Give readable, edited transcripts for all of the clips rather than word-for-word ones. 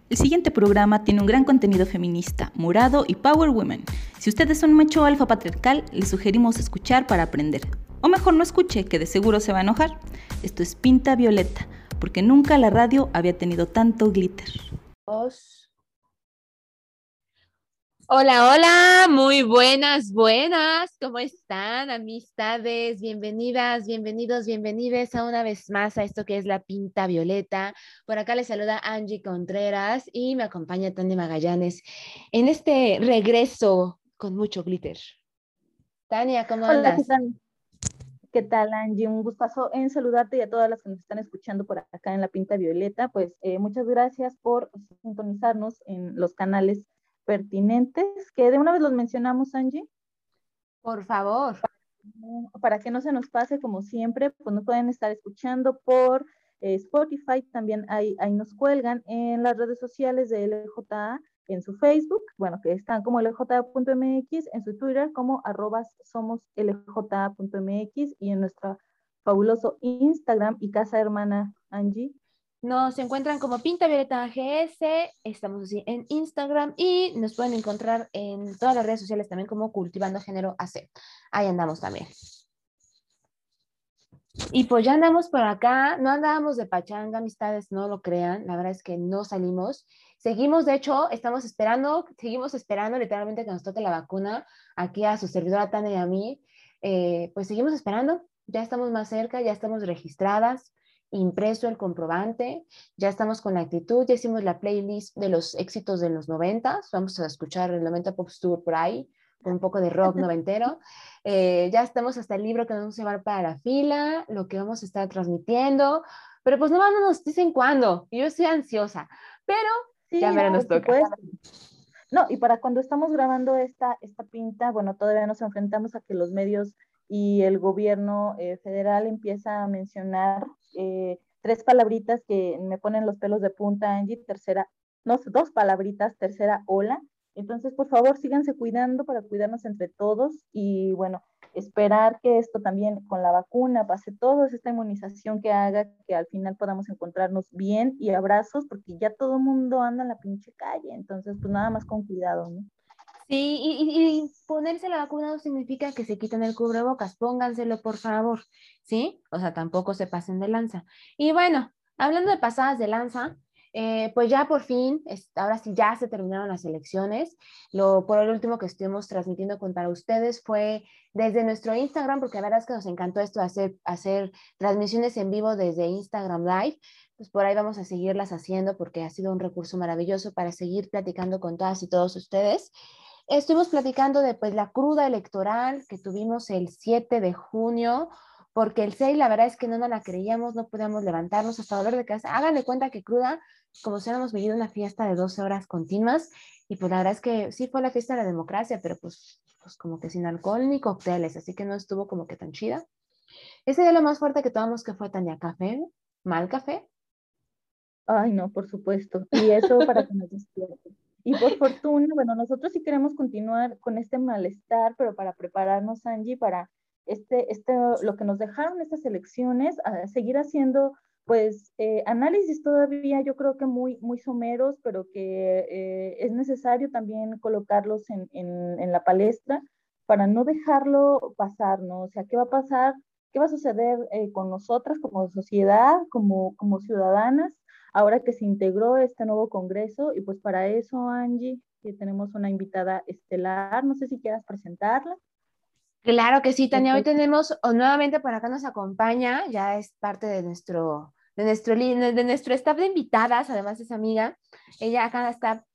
El siguiente programa tiene un gran contenido feminista, morado y power women. Si ustedes son macho alfa patriarcal, les sugerimos escuchar para aprender. O mejor no escuche, que de seguro se va a enojar. Esto es Pinta Violeta, porque nunca la radio había tenido tanto glitter. Hola, hola, muy buenas, buenas. ¿Cómo están, amistades? Bienvenidas, bienvenidos, bienvenides a una vez más a esto que es la Pinta Violeta. Por acá les saluda Angie Contreras y me acompaña Tania Magallanes en este regreso con mucho glitter. Tania, ¿cómo Hola, ¿qué andas? tal? ¿Qué tal, Angie? Un gustazo en saludarte y a todas las que nos están escuchando por acá en La Pinta Violeta. Pues muchas gracias por sintonizarnos en los canales pertinentes, que de una vez los mencionamos, Angie, Por favor. para que no se nos pase como siempre, pues nos pueden estar escuchando por Spotify, también ahí nos cuelgan en las redes sociales de LJA, en su Facebook, bueno, que están como lj.mx, en su Twitter como @somoslj.mx y en nuestro fabuloso Instagram y casa hermana Angie. Nos encuentran como Pinta Violeta GS, estamos así en Instagram y nos pueden encontrar en todas las redes sociales también como Cultivando Género AC. Ahí andamos también. Y pues ya andamos por acá, no andábamos de pachanga, amistades, no lo crean, la verdad es que no salimos. Seguimos, de hecho, seguimos esperando literalmente que nos toque la vacuna aquí a su servidora Tania y a mí. Pues seguimos esperando, ya estamos más cerca, ya estamos registradas, impreso el comprobante, ya estamos con la actitud, ya hicimos la playlist de los éxitos de los 90s, vamos a escuchar el 90 Pop Tour por ahí, con un poco de rock noventero. Ya estamos hasta el libro que nos vamos a llevar para la fila, lo que vamos a estar transmitiendo, pero pues no nos dicen cuándo. Yo estoy ansiosa, pero ya Sí, mero nos por toca. supuesto. No, y para cuando estamos grabando esta pinta, bueno, todavía nos enfrentamos a que los medios y el gobierno federal empieza a mencionar tres palabritas que me ponen los pelos de punta, Angie, tercera, no, dos palabritas, tercera ola. Entonces, por favor, síganse cuidando para cuidarnos entre todos y bueno, esperar que esto también con la vacuna pase todo, esta inmunización que haga que al final podamos encontrarnos bien y abrazos, porque ya todo el mundo anda en la pinche calle, entonces pues nada más con cuidado, ¿no? Sí, y ponerse la vacuna no significa que se quiten el cubrebocas, pónganselo por favor, ¿sí? O sea, tampoco se pasen de lanza. Y bueno, hablando de pasadas de lanza, pues ya por fin, ahora sí ya se terminaron las elecciones. Por el último que estuvimos transmitiendo para ustedes fue desde nuestro Instagram, porque la verdad es que nos encantó esto de hacer transmisiones en vivo desde Instagram Live. Pues por ahí vamos a seguirlas haciendo porque ha sido un recurso maravilloso para seguir platicando con todas y todos ustedes. Estuvimos platicando de pues, la cruda electoral que tuvimos el 7 de junio, porque el 6 la verdad es que no nos la creíamos, no podíamos levantarnos hasta dolor de cabeza. Hagan de cuenta que cruda, como si hubiéramos vivido una fiesta de 12 horas continuas, y pues la verdad es que sí fue la fiesta de la democracia, pero pues como que sin alcohol ni cócteles, así que no estuvo como que tan chida. Ese día lo más fuerte que tomamos que fue Tania café, mal café. Ay, no, por supuesto. Y eso para que nos despierten. Y por fortuna, bueno, nosotros sí queremos continuar con este malestar, pero para prepararnos, Angie, para lo que nos dejaron estas elecciones, a seguir haciendo, pues, análisis todavía, yo creo que muy, muy someros, pero que es necesario también colocarlos en la palestra para no dejarlo pasar, ¿no? O sea, ¿qué va a pasar? ¿Qué va a suceder con nosotras como sociedad, como ciudadanas? Ahora que se integró este nuevo Congreso y pues para eso, Angie, que tenemos una invitada estelar, no sé si quieras presentarla. Claro que sí, Tania. Hoy Perfecto. tenemos, o nuevamente por acá nos acompaña, ya es parte de nuestro staff de invitadas, además es amiga. Ella acá está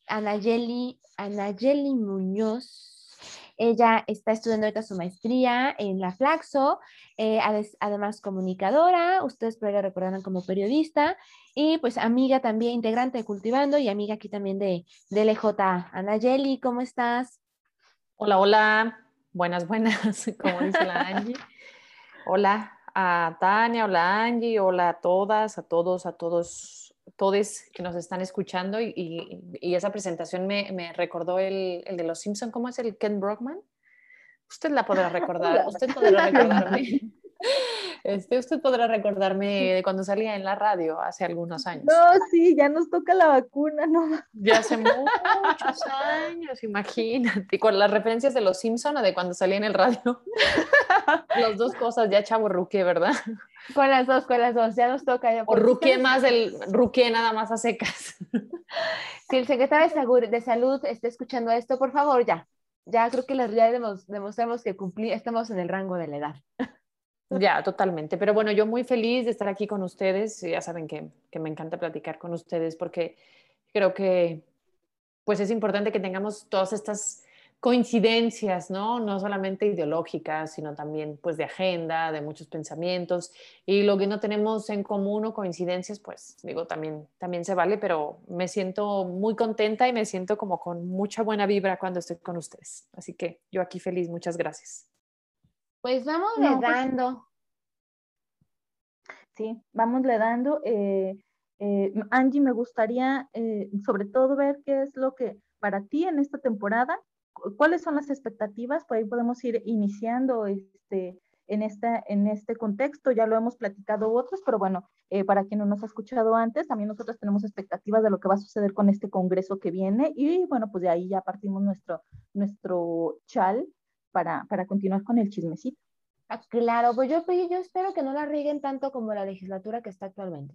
Anayeli Muñoz. Ella está estudiando ahorita su maestría en la Flaxo, además comunicadora, ustedes por ahí la recordarán como periodista, y pues amiga también, integrante de Cultivando y amiga aquí también de LJ. Anayeli, ¿cómo estás? Hola, hola, buenas, buenas, como dice la Angie. Hola a Tania, hola Angie, hola a todas, a todos, todos que nos están escuchando y esa presentación me recordó el de Los Simpson. ¿Cómo es el Ken Brockman? Usted la podrá recordar, usted podrá recordarme. Usted podrá recordarme de cuando salía en la radio hace algunos años. No, sí, ya nos toca la vacuna, no. Ya hace muchos años, imagínate, con las referencias de los Simpson o de cuando salía en el radio. Las dos cosas, ya chavorruqué, ¿verdad? Con las dos, ya nos toca. Ya, O ruqué más del ruqué nada más a secas. si el secretario de salud está escuchando esto, por favor, ya creo que ya demostramos que estamos en el rango de la edad. Ya, totalmente. Pero bueno, yo muy feliz de estar aquí con ustedes. Ya saben que me encanta platicar con ustedes porque creo que pues es importante que tengamos todas estas coincidencias, ¿no? No solamente ideológicas, sino también pues de agenda, de muchos pensamientos. Y lo que no tenemos en común o coincidencias, pues digo, también se vale, pero me siento muy contenta y me siento como con mucha buena vibra cuando estoy con ustedes. Así que yo aquí feliz, muchas gracias. Pues vamos No, dando. Sí, vámosle dando. Angie, me gustaría sobre todo ver qué es lo que para ti en esta temporada, cuáles son las expectativas, por ahí podemos ir iniciando en este contexto, ya lo hemos platicado otros, pero bueno, para quien no nos ha escuchado antes, también nosotros tenemos expectativas de lo que va a suceder con este congreso que viene y bueno, pues de ahí ya partimos nuestro chal para continuar con el chismecito. Claro, pues yo espero que no la rieguen tanto como la legislatura que está actualmente.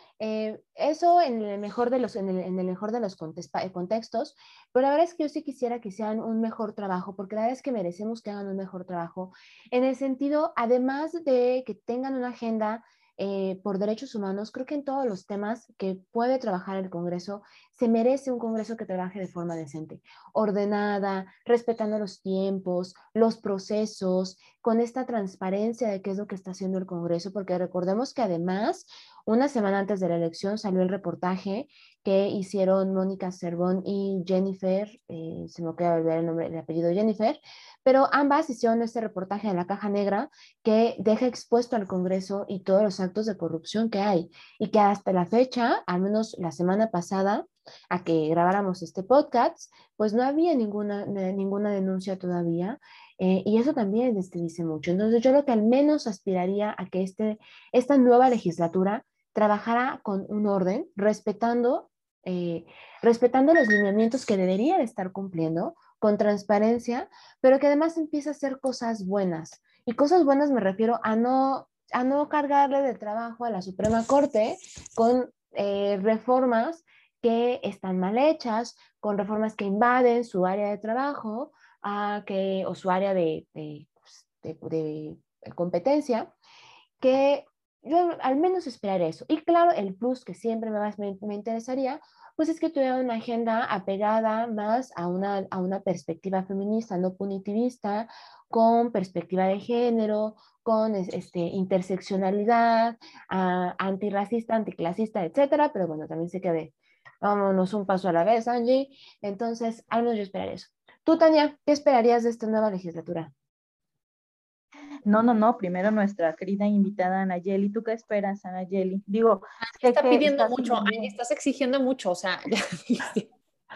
Eso en el mejor de los contextos, pero la verdad es que yo sí quisiera que sean un mejor trabajo, porque la verdad es que merecemos que hagan un mejor trabajo, en el sentido, además de que tengan una agenda por derechos humanos, creo que en todos los temas que puede trabajar el Congreso, se merece un Congreso que trabaje de forma decente, ordenada, respetando los tiempos, los procesos, con esta transparencia de qué es lo que está haciendo el Congreso, porque recordemos que además una semana antes de la elección salió el reportaje que hicieron Mónica Cervón y Jennifer, se me acaba de olvidar el apellido Jennifer, pero ambas hicieron este reportaje en la caja negra que deja expuesto al Congreso y todos los actos de corrupción que hay y que hasta la fecha, al menos la semana pasada, a que grabáramos este podcast, pues no había ninguna denuncia todavía. Y eso también dice mucho. Entonces yo lo que al menos aspiraría a que esta nueva legislatura trabajara con un orden, respetando los lineamientos que debería de estar cumpliendo, con transparencia, pero que además empiece a hacer cosas buenas. Y cosas buenas me refiero a no cargarle de trabajo a la Suprema Corte con reformas que están mal hechas, con reformas que invaden su área de trabajo o su área de competencia, que yo al menos esperaré eso. Y claro, el plus que siempre me interesaría, pues es que tuviera una agenda apegada más a una perspectiva feminista, no punitivista, con perspectiva de género, con interseccionalidad, antirracista, anticlasista, etcétera. Pero bueno, también sé que vámonos un paso a la vez, Angie. Entonces, al menos yo esperaría eso. Tú, Tania, ¿qué esperarías de esta nueva legislatura? No, primero nuestra querida invitada Anayeli. ¿Tú qué esperas, Anayeli? Digo, sé está que pidiendo mucho, Angie, estás exigiendo mucho, o sea, ya dijiste.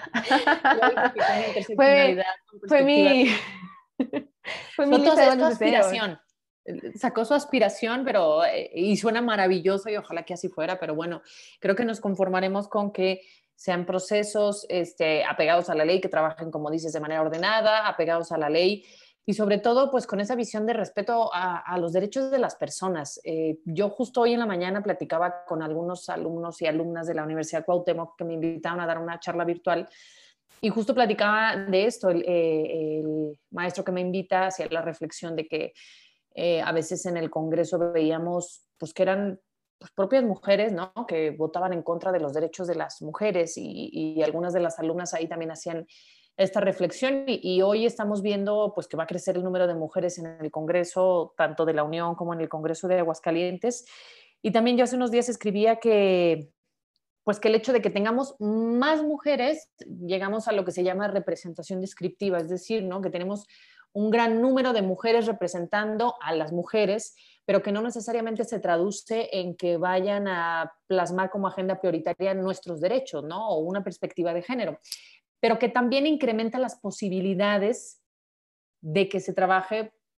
Fue mi lista de aspiración. Sacó su aspiración, pero y suena maravilloso y ojalá que así fuera, pero bueno, creo que nos conformaremos con que sean procesos apegados a la ley, que trabajen, como dices, de manera ordenada, apegados a la ley y sobre todo pues con esa visión de respeto a los derechos de las personas. Yo justo hoy en la mañana platicaba con algunos alumnos y alumnas de la Universidad Cuauhtémoc que me invitaron a dar una charla virtual y justo platicaba de esto, el maestro que me invita hacía la reflexión de que a veces en el Congreso veíamos pues que eran pues, propias mujeres, ¿no? Que votaban en contra de los derechos de las mujeres y algunas de las alumnas ahí también hacían esta reflexión y hoy estamos viendo pues que va a crecer el número de mujeres en el Congreso, tanto de la Unión como en el Congreso de Aguascalientes. Y también yo hace unos días escribía que pues que el hecho de que tengamos más mujeres, llegamos a lo que se llama representación descriptiva, es decir, ¿no? Que tenemos un gran número de mujeres representando a las mujeres, pero que no necesariamente se traduce en que vayan a plasmar como agenda prioritaria nuestros derechos, ¿no? O una perspectiva de género, pero que también incrementa las posibilidades de que se trabaje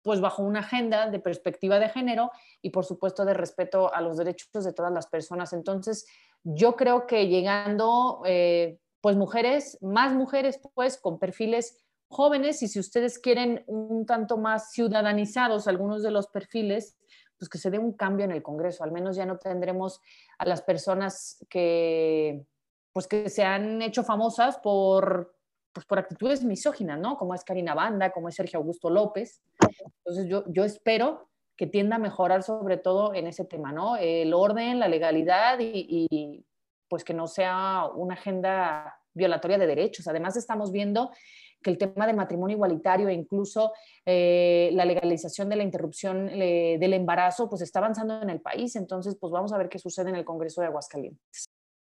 pues bajo una agenda de perspectiva de género y por supuesto de respeto a los derechos de todas las personas. Entonces, yo creo que llegando, pues más mujeres pues con perfiles jóvenes, y si ustedes quieren un tanto más ciudadanizados algunos de los perfiles, pues que se dé un cambio en el Congreso. Al menos ya no tendremos a las personas pues que se han hecho famosas pues por actitudes misóginas, ¿no? Como es Karina Banda, como es Sergio Augusto López. Entonces yo espero que tienda a mejorar sobre todo en ese tema, ¿no? El orden, la legalidad y pues que no sea una agenda violatoria de derechos. Además estamos viendo que el tema de matrimonio igualitario e incluso la legalización de la interrupción del embarazo pues está avanzando en el país. Entonces pues vamos a ver qué sucede en el Congreso de Aguascalientes.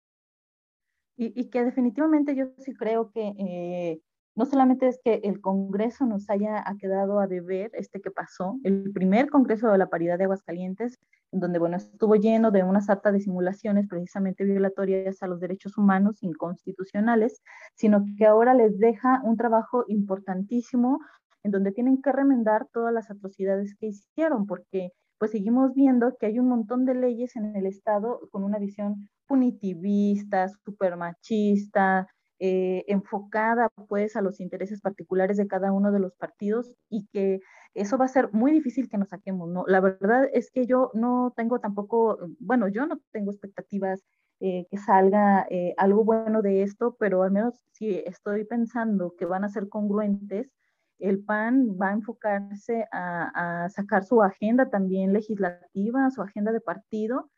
Y que definitivamente yo sí creo que no solamente es que el Congreso nos haya quedado a deber que pasó, el primer Congreso de la Paridad de Aguascalientes, en donde, bueno, estuvo lleno de una sarta de simulaciones precisamente violatorias a los derechos humanos inconstitucionales, sino que ahora les deja un trabajo importantísimo en donde tienen que remendar todas las atrocidades que hicieron, porque pues seguimos viendo que hay un montón de leyes en el Estado con una visión punitivista, súper machista, enfocada pues a los intereses particulares de cada uno de los partidos, y que eso va a ser muy difícil que nos saquemos, ¿no? La verdad es que yo no tengo tampoco, bueno, yo no tengo expectativas que salga algo bueno de esto, pero al menos si estoy pensando que van a ser congruentes, el PAN va a enfocarse a sacar su agenda también legislativa, su agenda de partido,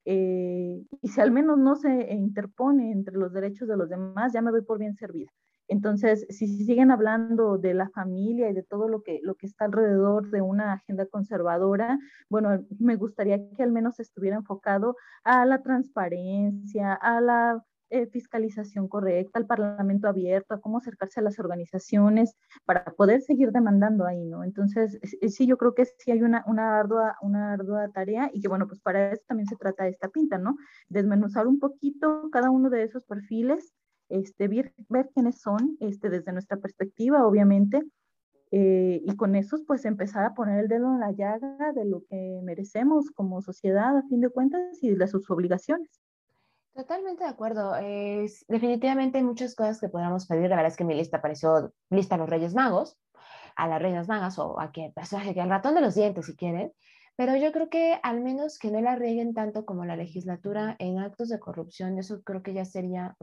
y si al menos no se interpone entre los derechos de los demás, ya me doy por bien servida. Entonces, si siguen hablando de la familia y de todo lo que está alrededor de una agenda conservadora, bueno, me gustaría que al menos estuviera enfocado a la transparencia, a la fiscalización correcta, al Parlamento abierto, a cómo acercarse a las organizaciones para poder seguir demandando ahí, ¿no? Entonces, sí, yo creo que sí hay una ardua tarea, y que, bueno, pues para eso también se trata esta pinta, ¿no? Desmenuzar un poquito cada uno de esos perfiles, ver quiénes son, desde nuestra perspectiva, obviamente, y con esos, pues empezar a poner el dedo en la llaga de lo que merecemos como sociedad, a fin de cuentas, y de sus obligaciones. Totalmente de acuerdo. Definitivamente hay muchas cosas que podríamos pedir. La verdad es que mi lista pareció lista a los Reyes Magos, a las Reinas Magas o a que al ratón de los dientes, si quieren. Pero yo creo que al menos que no la rieguen tanto como la legislatura en actos de corrupción, eso creo que ya sería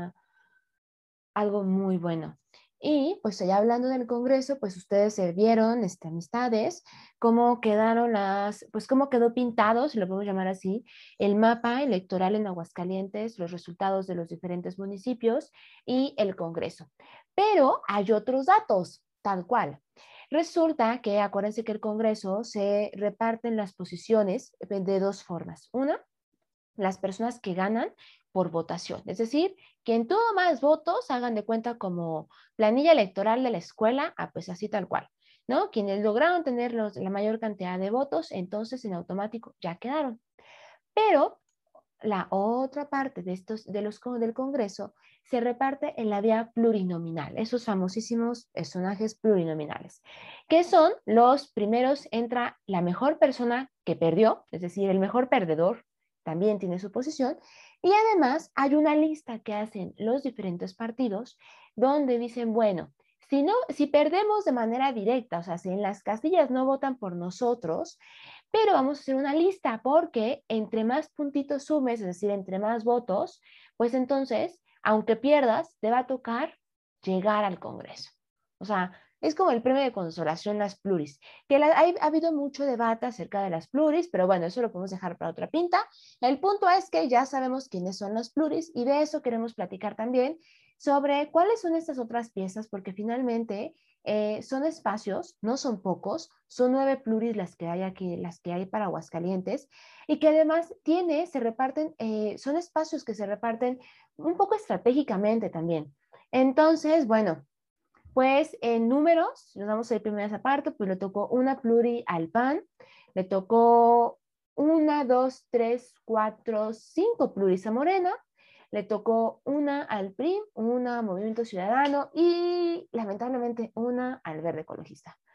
algo muy bueno. Y pues ya hablando del Congreso, pues ustedes se vieron, amistades, cómo quedaron pues cómo quedó pintado, si lo podemos llamar así, el mapa electoral en Aguascalientes, los resultados de los diferentes municipios y el Congreso. Pero hay otros datos, tal cual. Resulta que, acuérdense que el Congreso se reparten las posiciones de dos formas. Una, las personas que ganan por votación, es decir, quien tuvo más votos, hagan de cuenta como planilla electoral de la escuela, pues así tal cual, ¿no? Quienes lograron tener la mayor cantidad de votos, entonces en automático ya quedaron. Pero la otra parte del Congreso se reparte en la vía plurinominal, esos famosísimos personajes plurinominales, que son los primeros, entra la mejor persona que perdió, es decir, el mejor perdedor también tiene su posición, y además hay una lista que hacen los diferentes partidos donde dicen, bueno, si perdemos de manera directa, o sea, si en las casillas no votan por nosotros, pero vamos a hacer una lista porque entre más puntitos sumes, es decir, entre más votos, pues entonces, aunque pierdas, te va a tocar llegar al Congreso. O sea, es como el premio de consolación las pluris, que ha habido mucho debate acerca de las pluris, pero bueno, eso lo podemos dejar para otra pinta. El punto es que ya sabemos quiénes son las pluris y de eso queremos platicar también sobre cuáles son estas otras piezas, porque finalmente son espacios, no son pocos, son 9 pluris las que hay aquí, las que hay para Aguascalientes, y que además se reparten, son espacios que se reparten un poco estratégicamente también. Entonces, bueno, pues en números, nos vamos a ir primero a esa parte, pues le tocó una pluri al PAN, le tocó 1, 2, 3, 4, 5 pluris a Morena, le tocó una al PRI, una a Movimiento Ciudadano y lamentablemente una al Verde Ecologista.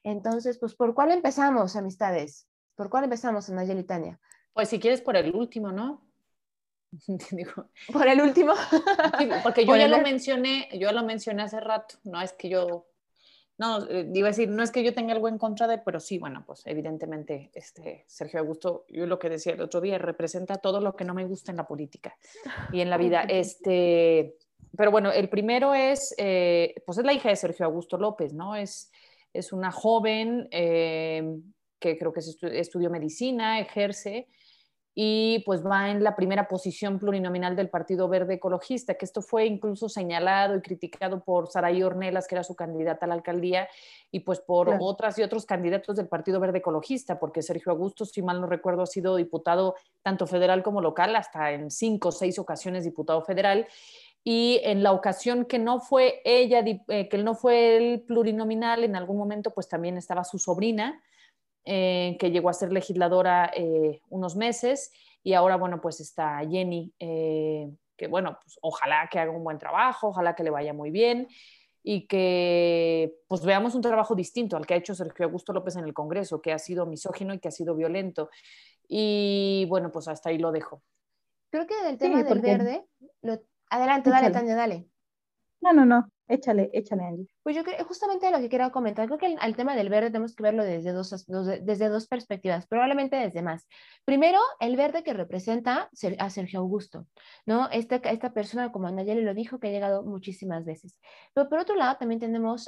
Entonces, pues, ¿por cuál empezamos, amistades? ¿Por cuál empezamos, Nayeli y Tania? Pues si quieres por el último, ¿no? Digo, ¿Por el último? sí, porque yo Por ya el lo ver- mencioné hace rato, no es que yo, no, iba a decir, no es que yo tenga algo en contra de, pero sí, bueno, pues evidentemente, Sergio Augusto, yo lo que decía el otro día, representa todo lo que no me gusta en la política y en la vida. Pero bueno, el primero pues es la hija de Sergio Augusto López, ¿no? Es una joven que creo que estudió medicina, ejerce, y pues va en la primera posición plurinominal del Partido Verde Ecologista, que esto fue incluso señalado y criticado por Saray Ornelas, que era su candidata a la alcaldía, y pues por Claro. otras y otros candidatos del Partido Verde Ecologista, porque Sergio Augusto, si mal no recuerdo, ha sido diputado tanto federal como local, hasta en 5 o 6 ocasiones diputado federal, y en la ocasión que no fue ella, que no fue el plurinominal, en algún momento pues también estaba su sobrina, que llegó a ser legisladora unos meses, y ahora, bueno, pues está Jenny, que bueno, pues ojalá que haga un buen trabajo, ojalá que le vaya muy bien y que pues veamos un trabajo distinto al que ha hecho Sergio Augusto López en el Congreso, que ha sido misógino y que ha sido violento. Y bueno, pues hasta ahí lo dejo. Creo que del tema Sí, del porque verde, adelante, dale, échale. Tania, dale. No, échale, Angie. Pues yo creo, justamente lo que quiero comentar, creo que al tema del verde tenemos que verlo desde desde dos perspectivas, probablemente desde más. Primero, el verde que representa a Sergio Augusto, ¿no? Esta persona, como Nayeli lo dijo, que ha llegado muchísimas veces. Pero por otro lado, también tenemos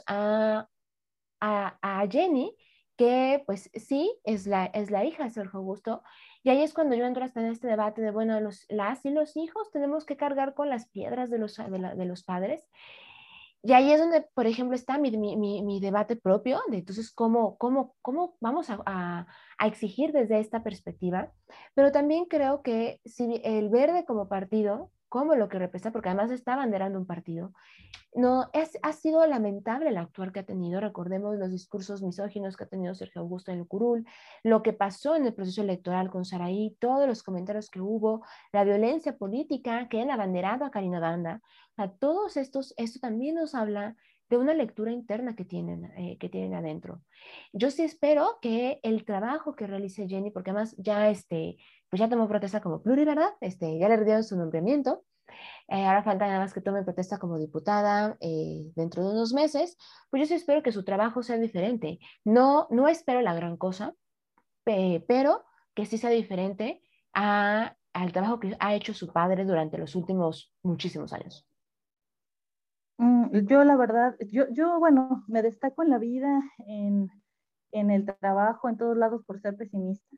a Jenny, que pues sí, es la hija de Sergio Augusto, y ahí es cuando yo entro hasta en este debate de, bueno, las y los hijos tenemos que cargar con las piedras de los padres. Y ahí es donde, por ejemplo, está mi debate propio de entonces cómo vamos a exigir desde esta perspectiva. Pero también creo que si el verde como partido, como lo que representa, porque además está abanderando un partido, no, ha sido lamentable el actuar que ha tenido. Recordemos los discursos misóginos que ha tenido Sergio Augusto en el curul, lo que pasó en el proceso electoral con Saraí, todos los comentarios que hubo, la violencia política que han abanderado a Karina Banda. A todos esto también nos habla de una lectura interna que tienen adentro. Yo sí espero que el trabajo que realice Jenny, porque además ya pues ya tomó protesta como pluri, ¿verdad? Ya le dieron su nombramiento. Ahora falta nada más que tome protesta como diputada dentro de unos meses. Pues yo sí espero que su trabajo sea diferente. No espero la gran cosa, pero que sí sea diferente al trabajo que ha hecho su padre durante los últimos muchísimos años. Yo la verdad, bueno, me destaco en la vida, en el trabajo, en todos lados por ser pesimista.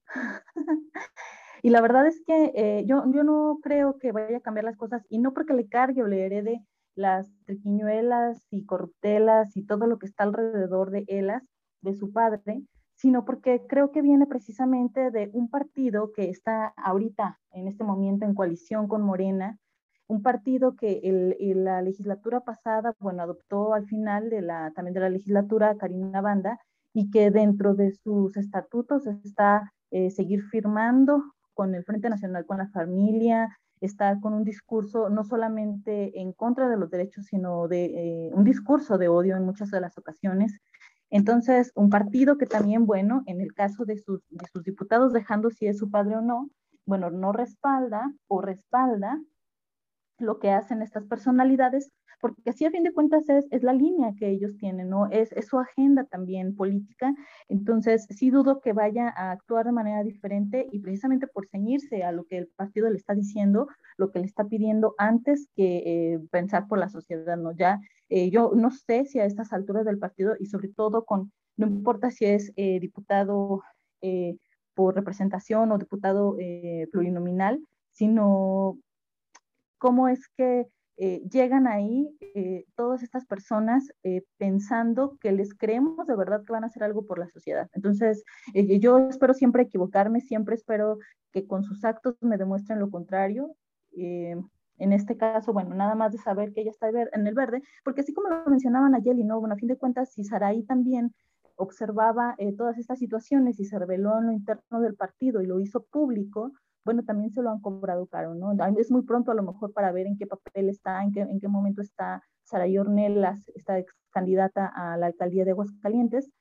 Y la verdad es que yo no creo que vaya a cambiar las cosas, y no porque le cargue o le herede las triquiñuelas y corruptelas y todo lo que está alrededor de Elas, de su padre, sino porque creo que viene precisamente de un partido que está ahorita, en este momento, en coalición con Morena, un partido que la legislatura pasada, bueno, adoptó al final también de la legislatura Karina Banda, y que dentro de sus estatutos está seguir firmando con el Frente Nacional con la Familia, está con un discurso no solamente en contra de los derechos, sino de un discurso de odio en muchas de las ocasiones. Entonces, un partido que también, bueno, en el caso de sus diputados, dejando si es su padre o no, bueno, no respalda o respalda lo que hacen estas personalidades, porque así a fin de cuentas es la línea que ellos tienen, ¿no? Es su agenda también política. Entonces sí dudo que vaya a actuar de manera diferente, y precisamente por ceñirse a lo que el partido le está diciendo, lo que le está pidiendo, antes que pensar por la sociedad, ¿no? Ya yo no sé si a estas alturas del partido, y sobre todo no importa si es diputado por representación o diputado plurinominal, sino cómo es que llegan ahí todas estas personas pensando que les creemos de verdad que van a hacer algo por la sociedad. Entonces, yo espero siempre equivocarme, siempre espero que con sus actos me demuestren lo contrario. En este caso, bueno, nada más de saber que ella está en el verde, porque así como lo mencionaban a Yeli, ¿no? Bueno, a fin de cuentas, si Saraí también observaba todas estas situaciones y se reveló en lo interno del partido y lo hizo público, bueno, también se lo han cobrado caro, ¿no? Es muy pronto a lo mejor para ver en qué papel está, en qué momento está Saray Ornelas, esta ex candidata a la alcaldía de Aguascalientes,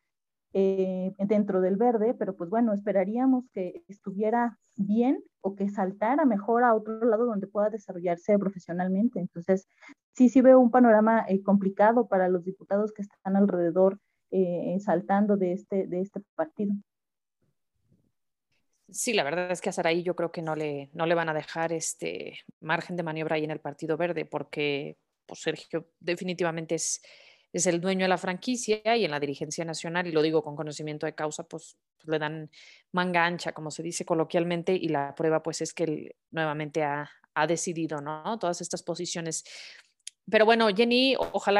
dentro del verde, pero pues bueno, esperaríamos que estuviera bien o que saltara mejor a otro lado donde pueda desarrollarse profesionalmente. Entonces, sí veo un panorama complicado para los diputados que están alrededor saltando de este partido. Sí, la verdad es que a Saray yo creo que no le van a dejar margen de maniobra ahí en el Partido Verde, porque pues, Sergio definitivamente es el dueño de la franquicia y en la dirigencia nacional, y lo digo con conocimiento de causa, pues le dan manga ancha, como se dice coloquialmente, y la prueba pues es que él nuevamente ha decidido, ¿no? Todas estas posiciones. Pero bueno, Jenny,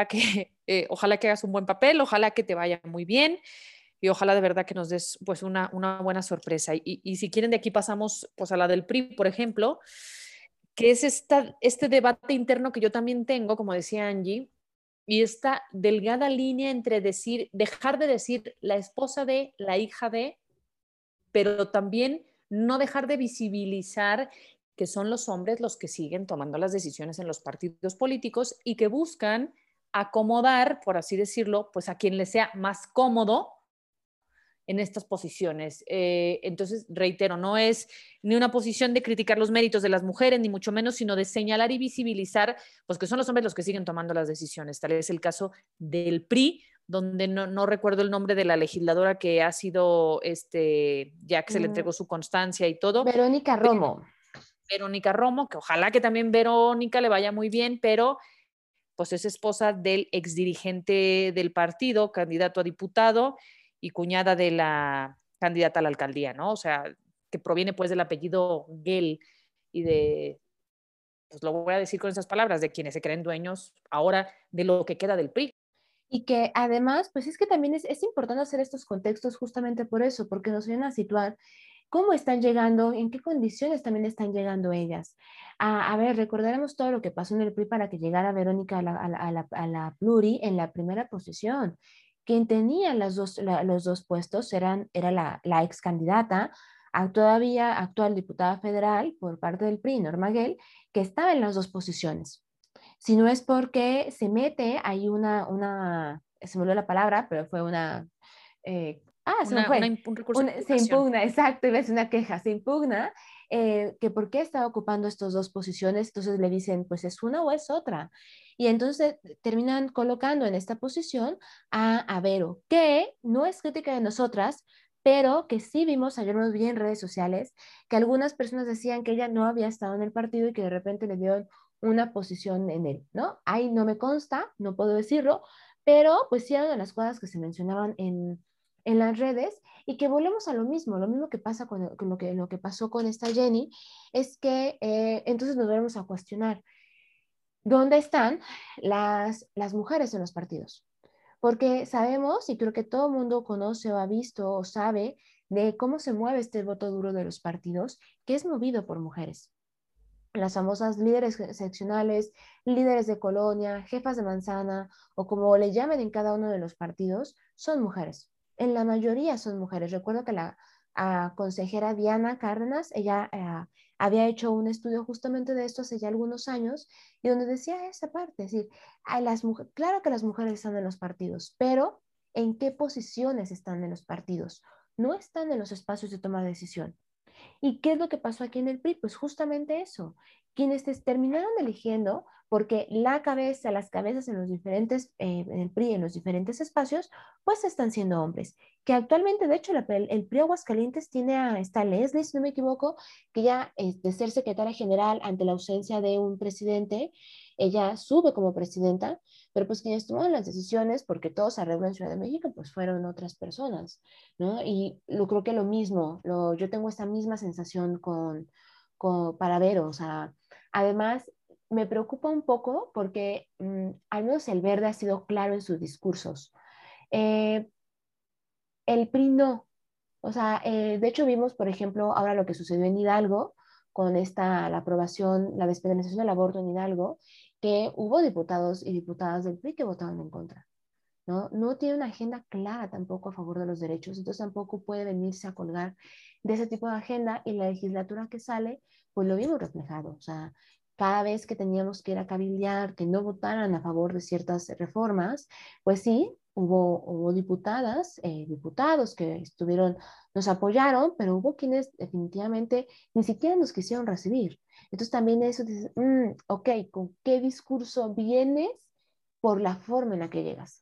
ojalá que hagas un buen papel, ojalá que te vaya muy bien y ojalá de verdad que nos des pues una buena sorpresa. Y si quieren, de aquí pasamos pues a la del PRI, por ejemplo, que es este debate interno que yo también tengo, como decía Angie, y esta delgada línea entre dejar de decir la esposa de, la hija de, pero también no dejar de visibilizar que son los hombres los que siguen tomando las decisiones en los partidos políticos y que buscan acomodar, por así decirlo, pues a quien les sea más cómodo en estas posiciones. Entonces, reitero, no es ni una posición de criticar los méritos de las mujeres, ni mucho menos, sino de señalar y visibilizar, pues que son los hombres los que siguen tomando las decisiones. Tal es el caso del PRI, donde no recuerdo el nombre de la legisladora que ha sido, ya que se le entregó su constancia y todo. Verónica Romo. Verónica Romo, que ojalá que también Verónica le vaya muy bien, pero pues es esposa del exdirigente del partido, candidato a diputado y cuñada de la candidata a la alcaldía, ¿no? O sea, que proviene pues del apellido Gell y pues lo voy a decir con esas palabras, de quienes se creen dueños ahora de lo que queda del PRI. Y que además, pues es que también es importante hacer estos contextos justamente por eso, porque nos vienen a situar cómo están llegando, en qué condiciones también están llegando ellas. A ver, recordaremos todo lo que pasó en el PRI para que llegara Verónica a la Pluri en la primera posición. Quien tenía los dos puestos era la ex candidata, todavía actual diputada federal por parte del PRI, Norma Gell, que estaba en las dos posiciones. Si no es porque se mete, hay se me olvidó la palabra, pero fue se me fue. Un recurso de Se impugnación. impugna, exacto, iba a decir una queja, se impugna que por qué estaba ocupando estas dos posiciones, entonces le dicen, pues es una o es otra. Y entonces terminan colocando en esta posición a Vero, que no es crítica de nosotras, pero que sí vimos, ayer nos vi en redes sociales, que algunas personas decían que ella no había estado en el partido y que de repente le dieron una posición en él, ¿no? Ahí no me consta, no puedo decirlo, pero pues sí eran de las cosas que se mencionaban en las redes y que volvemos a lo mismo que pasa con lo que pasó con esta Jenny, es que entonces nos volvemos a cuestionar, ¿dónde están las mujeres en los partidos? Porque sabemos, y creo que todo el mundo conoce o ha visto o sabe de cómo se mueve este voto duro de los partidos, que es movido por mujeres. Las famosas líderes seccionales, líderes de colonia, jefas de manzana o como le llamen en cada uno de los partidos, son mujeres. En la mayoría son mujeres. Recuerdo que la consejera Diana Cárdenas, ella había hecho un estudio justamente de esto hace ya algunos años y donde decía esa parte, es decir, claro que las mujeres están en los partidos, pero ¿en qué posiciones están en los partidos? No están en los espacios de toma de decisión. ¿Y qué es lo que pasó aquí en el PRI? Pues justamente eso. Quienes terminaron eligiendo, porque las cabezas en los diferentes, en el PRI, en los diferentes espacios, pues están siendo hombres. Que actualmente, de hecho, el PRI Aguascalientes tiene a esta Leslie, si no me equivoco, que ya de ser secretaria general ante la ausencia de un presidente, ella sube como presidenta, pero pues quienes tomaron las decisiones, porque todo se arregló en Ciudad de México, pues fueron otras personas, ¿no? Y creo que lo mismo, yo tengo esta misma sensación para Vero, o sea, además me preocupa un poco porque al menos el Verde ha sido claro en sus discursos. Eh, el PRI no, o sea, de hecho vimos, por ejemplo, ahora lo que sucedió en Hidalgo con la aprobación, la despenalización del aborto en Hidalgo, que hubo diputados y diputadas del PRI que votaron en contra. ¿No? No tiene una agenda clara tampoco a favor de los derechos, entonces tampoco puede venirse a colgar de ese tipo de agenda y la legislatura que sale, pues lo vimos reflejado, o sea, cada vez que teníamos que ir a cabildear, que no votaran a favor de ciertas reformas, pues sí, hubo diputadas, diputados que estuvieron, nos apoyaron, pero hubo quienes definitivamente ni siquiera nos quisieron recibir. Entonces también eso dices, ok, ¿con qué discurso vienes por la forma en la que llegas?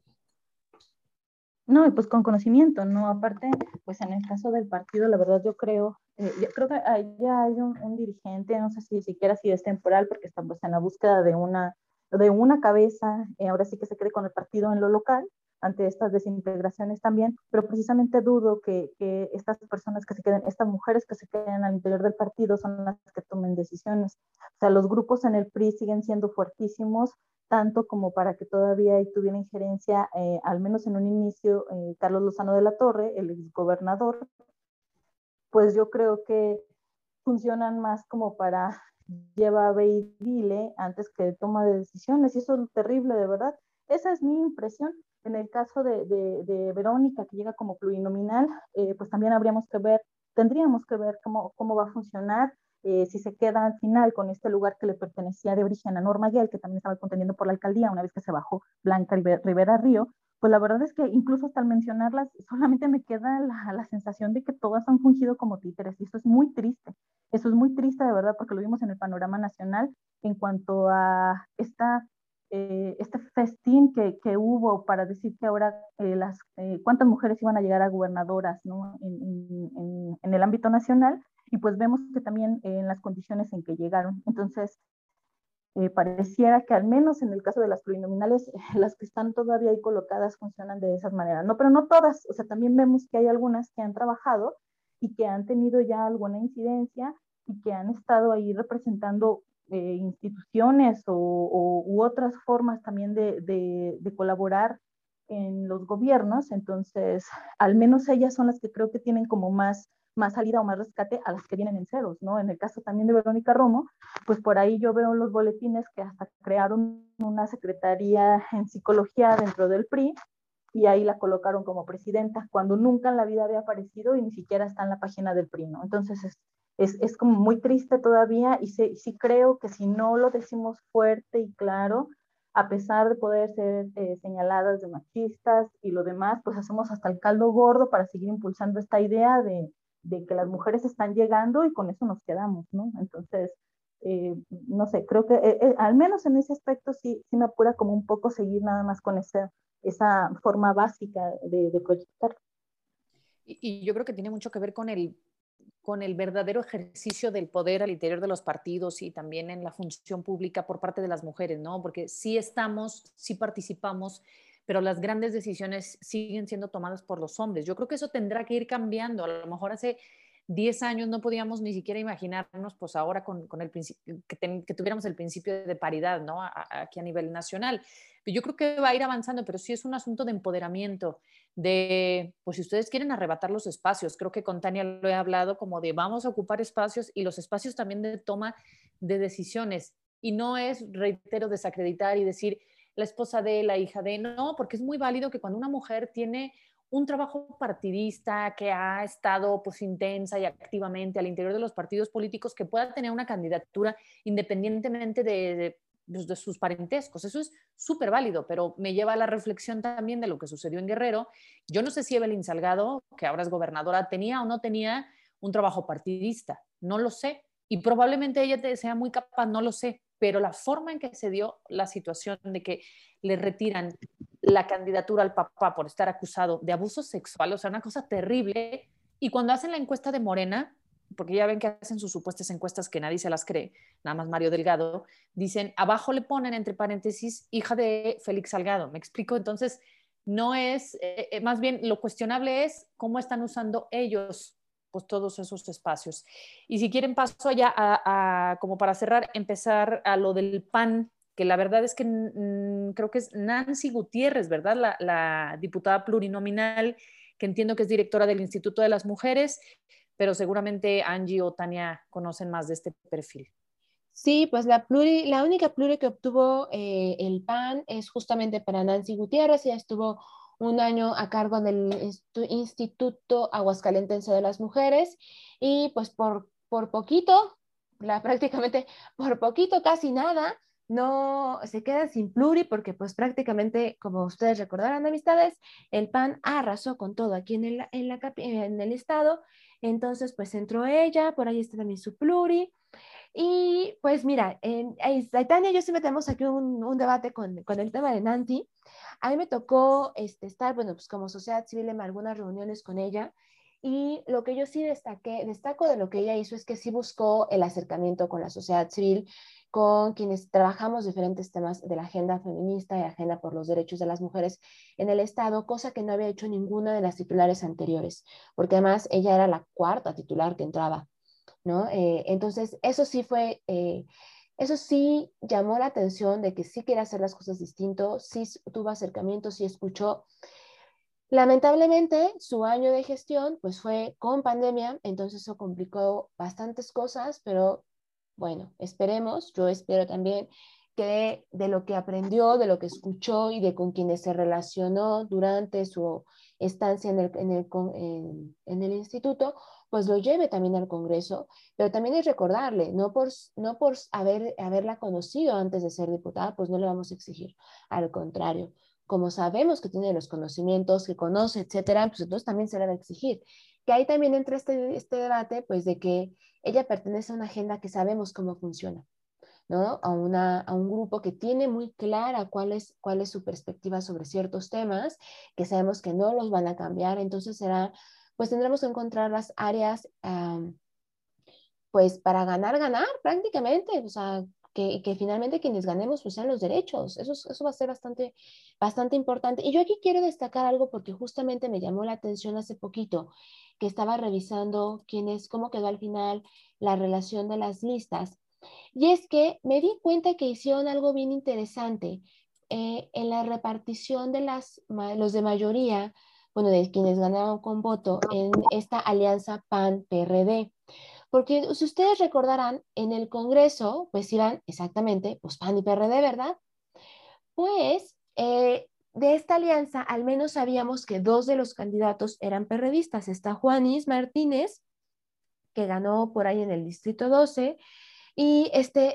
No, y pues con conocimiento, ¿no? Aparte, pues en el caso del partido, la verdad yo creo que ya hay un dirigente, no sé si siquiera si es temporal, porque estamos en la búsqueda de una cabeza, ahora sí que se quede con el partido en lo local, ante estas desintegraciones también, pero precisamente dudo que estas personas que se queden, estas mujeres que se queden al interior del partido son las que tomen decisiones. O sea, los grupos en el PRI siguen siendo fuertísimos, tanto como para que todavía ahí tuviera injerencia, al menos en un inicio, Carlos Lozano de la Torre, el exgobernador, pues yo creo que funcionan más como para lleva, ve y dile antes que toma de decisiones, y eso es lo terrible, de verdad. Esa es mi impresión. En el caso de Verónica, que llega como plurinominal, pues también tendríamos que ver cómo va a funcionar, si se queda al final con este lugar que le pertenecía de origen a Norma Guel, que también estaba contendiendo por la alcaldía una vez que se bajó Blanca Rivera Río. Pues la verdad es que incluso hasta al mencionarlas, solamente me queda la sensación de que todas han fungido como títeres, y eso es muy triste. Eso es muy triste, de verdad, porque lo vimos en el panorama nacional en cuanto a este festín que hubo para decir que ahora cuántas mujeres iban a llegar a gubernadoras, ¿no? En el ámbito nacional, y pues vemos que también en las condiciones en que llegaron. Entonces, pareciera que al menos en el caso de las plurinominales, las que están todavía ahí colocadas funcionan de esas maneras, ¿no? Pero no todas, o sea, también vemos que hay algunas que han trabajado y que han tenido ya alguna incidencia y que han estado ahí representando instituciones u otras formas también de colaborar en los gobiernos. Entonces, al menos ellas son las que creo que tienen como más salida o más rescate a las que vienen en ceros, ¿no? En el caso también de Verónica Romo, pues por ahí yo veo los boletines que hasta crearon una secretaría en psicología dentro del PRI, y ahí la colocaron como presidenta, cuando nunca en la vida había aparecido y ni siquiera está en la página del PRI, ¿no? Entonces es como muy triste todavía, y sí creo que si no lo decimos fuerte y claro, a pesar de poder ser señaladas de machistas y lo demás, pues hacemos hasta el caldo gordo para seguir impulsando esta idea de que las mujeres están llegando y con eso nos quedamos, ¿no? Entonces, no sé, creo que al menos en ese aspecto sí me apura como un poco seguir nada más con esa forma básica de proyectar. Y yo creo que tiene mucho que ver con el verdadero ejercicio del poder al interior de los partidos y también en la función pública por parte de las mujeres, ¿no? Porque sí estamos, sí participamos, pero las grandes decisiones siguen siendo tomadas por los hombres. Yo creo que eso tendrá que ir cambiando. A lo mejor hace 10 años no podíamos ni siquiera imaginarnos, pues ahora con el principio, que tuviéramos el principio de paridad, ¿no? Aquí a nivel nacional. Yo creo que va a ir avanzando, pero sí es un asunto de empoderamiento, pues si ustedes quieren arrebatar los espacios, creo que con Tania lo he hablado como de vamos a ocupar espacios y los espacios también de toma de decisiones. Y no es, reitero, desacreditar y decir la esposa de, la hija de, no, porque es muy válido que cuando una mujer tiene un trabajo partidista, que ha estado pues intensa y activamente al interior de los partidos políticos, que pueda tener una candidatura independientemente de sus parentescos. Eso es súper válido, pero me lleva a la reflexión también de lo que sucedió en Guerrero. Yo no sé si Evelyn Salgado, que ahora es gobernadora, tenía o no tenía un trabajo partidista, no lo sé, y probablemente ella sea muy capaz, no lo sé, pero la forma en que se dio la situación de que le retiran la candidatura al papá por estar acusado de abuso sexual, o sea, una cosa terrible, y cuando hacen la encuesta de Morena, porque ya ven que hacen sus supuestas encuestas que nadie se las cree, nada más Mario Delgado, dicen, abajo le ponen entre paréntesis, hija de Félix Salgado, ¿me explico? Entonces, no es, más bien lo cuestionable es cómo están usando ellos pues todos esos espacios. Y si quieren paso allá como para cerrar, empezar a lo del PAN, que la verdad es que creo que es Nancy Gutiérrez, ¿verdad? La diputada plurinominal, que entiendo que es directora del Instituto de las Mujeres, pero seguramente Angie o Tania conocen más de este perfil. Sí, pues la única pluri que obtuvo el PAN es justamente para Nancy Gutiérrez. Ella estuvo un año a cargo del Instituto Aguascalentense de las Mujeres y pues por poquito prácticamente por poquito, casi nada, no se quedan sin pluri porque pues prácticamente, como ustedes recordarán, amistades, el PAN arrasó con todo aquí en el estado. Entonces pues entró ella, por ahí está también su pluri. Y pues mira, Tania y yo siempre tenemos aquí un debate con el tema de Nancy. A mí me tocó estar, bueno, pues como sociedad civil en algunas reuniones con ella, y lo que yo sí destaco de lo que ella hizo es que sí buscó el acercamiento con la sociedad civil, con quienes trabajamos diferentes temas de la agenda feminista y agenda por los derechos de las mujeres en el Estado, cosa que no había hecho ninguna de las titulares anteriores, porque además ella era la cuarta titular que entraba, ¿no? Entonces, eso sí llamó la atención de que sí quiere hacer las cosas distinto, sí tuvo acercamiento, sí escuchó. Lamentablemente, su año de gestión pues fue con pandemia, entonces eso complicó bastantes cosas, pero bueno, esperemos, yo espero también que de lo que aprendió, de lo que escuchó y de con quienes se relacionó durante su estancia en el instituto, pues lo lleve también al Congreso, pero también es recordarle, no por haberla conocido antes de ser diputada, pues no le vamos a exigir, al contrario, como sabemos que tiene los conocimientos, que conoce, etcétera, pues entonces también se le va a exigir. Que ahí también entra este debate, pues de que ella pertenece a una agenda que sabemos cómo funciona, ¿no? A un grupo que tiene muy clara cuál es su perspectiva sobre ciertos temas, que sabemos que no los van a cambiar, entonces pues tendremos que encontrar las áreas, pues para ganar prácticamente, o sea, que finalmente quienes ganemos pues sean los derechos. Eso va a ser bastante importante. Y yo aquí quiero destacar algo porque justamente me llamó la atención hace poquito que estaba revisando cómo quedó al final la relación de las listas. Y es que me di cuenta que hicieron algo bien interesante en la repartición de los de mayoría, bueno, de quienes ganaron con voto en esta alianza PAN-PRD. Porque si ustedes recordarán, en el Congreso, pues iban exactamente, pues PAN y PRD, ¿verdad? Pues de esta alianza, al menos sabíamos que dos de los candidatos eran perredistas. Está Juanis Martínez, que ganó por ahí en el Distrito 12, y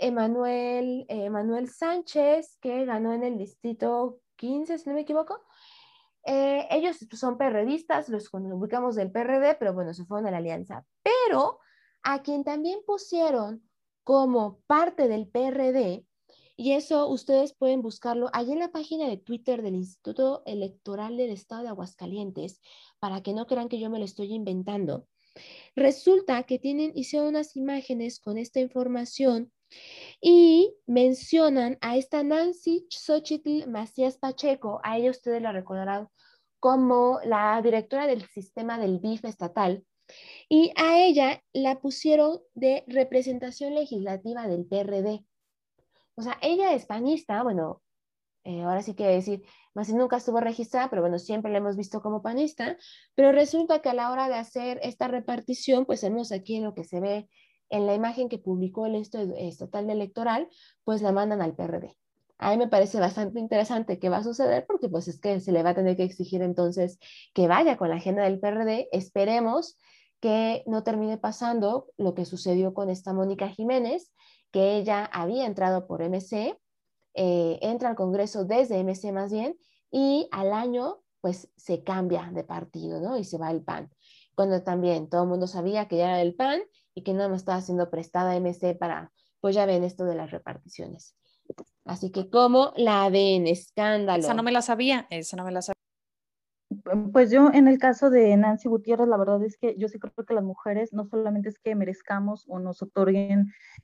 Emanuel Sánchez, que ganó en el Distrito 15, si no me equivoco. Ellos son perredistas, los ubicamos del PRD, pero bueno, se fueron a la alianza. Pero a quien también pusieron como parte del PRD, y eso ustedes pueden buscarlo allí en la página de Twitter del Instituto Electoral del Estado de Aguascalientes, para que no crean que yo me lo estoy inventando. Resulta que hicieron unas imágenes con esta información y mencionan a esta Nancy Xochitl Macías Pacheco, a ella ustedes la recordarán como la directora del sistema del BIF estatal, y a ella la pusieron de representación legislativa del PRD. O sea, ella es panista, bueno, ahora sí quiero decir, más si nunca estuvo registrada, pero bueno, siempre la hemos visto como panista, pero resulta que a la hora de hacer esta repartición, pues tenemos aquí en lo que se ve en la imagen que publicó el estatal electoral, pues la mandan al PRD. A mí me parece bastante interesante qué va a suceder, porque pues es que se le va a tener que exigir entonces que vaya con la agenda del PRD. Esperemos que no termine pasando lo que sucedió con esta Mónica Jiménez, que ella había entrado por MC, entra al Congreso desde MC más bien, y al año pues se cambia de partido, ¿no? Y se va al PAN. Cuando también todo el mundo sabía que ya era del PAN y que nada más estaba siendo prestada a MC para, pues ya ven esto de las reparticiones. Así que, ¿cómo la ven? Escándalo. Esa no me la sabía, esa no me la sabía. Pues yo en el caso de Nancy Gutiérrez, la verdad es que yo sí creo que las mujeres no solamente es que merezcamos o nos otorguen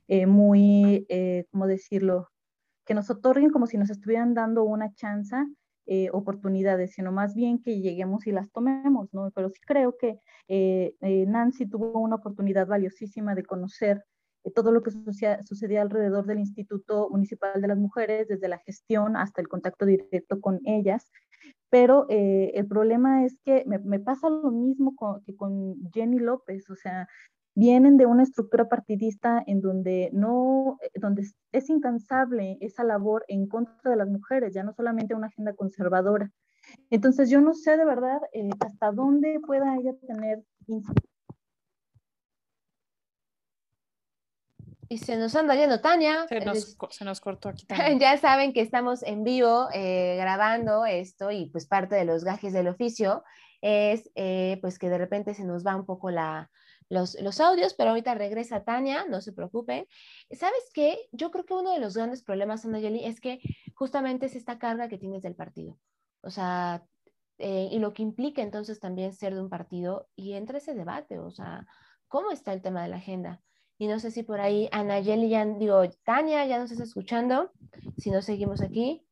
¿cómo decirlo? Que nos otorguen como si nos estuvieran dando una chance, oportunidades, sino más bien que lleguemos y las tomemos, ¿no? Pero sí creo que Nancy tuvo una oportunidad valiosísima de conocer todo lo que sucedía alrededor del Instituto Municipal de las Mujeres, desde la gestión hasta el contacto directo con ellas. Pero el problema es que me pasa lo mismo que con Jenny López, o sea, vienen de una estructura partidista en donde donde es incansable esa labor en contra de las mujeres, ya no solamente una agenda conservadora. Entonces yo no sé de verdad hasta dónde pueda ella tener Y se nos anda yendo Tania. Se nos cortó aquí también. Ya saben que estamos en vivo grabando esto y pues parte de los gajes del oficio es pues que de repente se nos va un poco los audios, pero ahorita regresa Tania, no se preocupen. ¿Sabes qué? Yo creo que uno de los grandes problemas, Anayeli, es que justamente es esta carga que tienes del partido. O sea, y lo que implica entonces también ser de un partido y entra ese debate, o sea, ¿cómo está el tema de la agenda? Y no sé si por ahí Anayeli ya, digo, Tania ya nos está escuchando, si no seguimos aquí.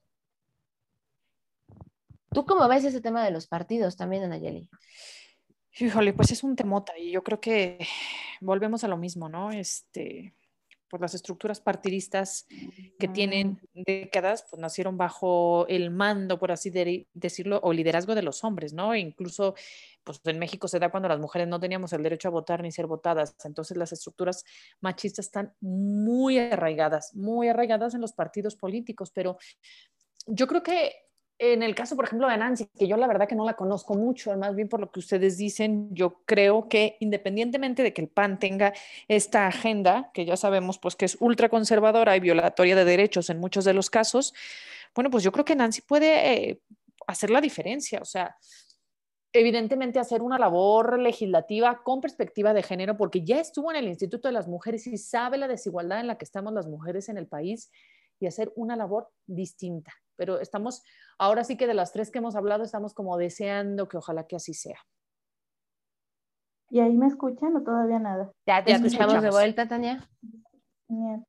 ¿Tú cómo ves ese tema de los partidos también, Anayeli? Híjole, pues es un temota y yo creo que volvemos a lo mismo, ¿no? Pues las estructuras partidistas que tienen décadas, pues nacieron bajo el mando, por así decirlo, o liderazgo de los hombres, ¿no? E incluso, pues en México se da cuando las mujeres no teníamos el derecho a votar ni ser votadas. Entonces las estructuras machistas están muy arraigadas en los partidos políticos, pero yo creo que en el caso, por ejemplo, de Nancy, que yo la verdad que no la conozco mucho, más bien por lo que ustedes dicen, yo creo que independientemente de que el PAN tenga esta agenda, que ya sabemos pues que es ultraconservadora y violatoria de derechos en muchos de los casos, bueno, pues yo creo que Nancy puede hacer la diferencia, o sea, evidentemente hacer una labor legislativa con perspectiva de género, porque ya estuvo en el Instituto de las Mujeres y sabe la desigualdad en la que estamos las mujeres en el país y hacer una labor distinta. Pero estamos, ahora sí que de las tres que hemos hablado, estamos como deseando que ojalá que así sea. ¿Y ahí me escuchan o todavía nada? Ya te escuchamos de vuelta, Tania. Genial.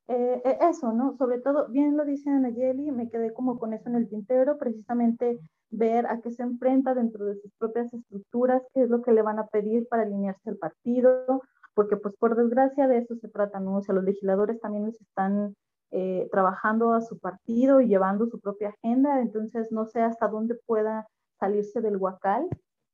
Eso, ¿no? Sobre todo, bien lo dice Anayeli, me quedé como con eso en el tintero, precisamente ver a qué se enfrenta dentro de sus propias estructuras, qué es lo que le van a pedir para alinearse al partido, porque pues por desgracia de eso se trata, ¿no? O sea, los legisladores también les están trabajando a su partido y llevando su propia agenda, entonces no sé hasta dónde pueda salirse del huacal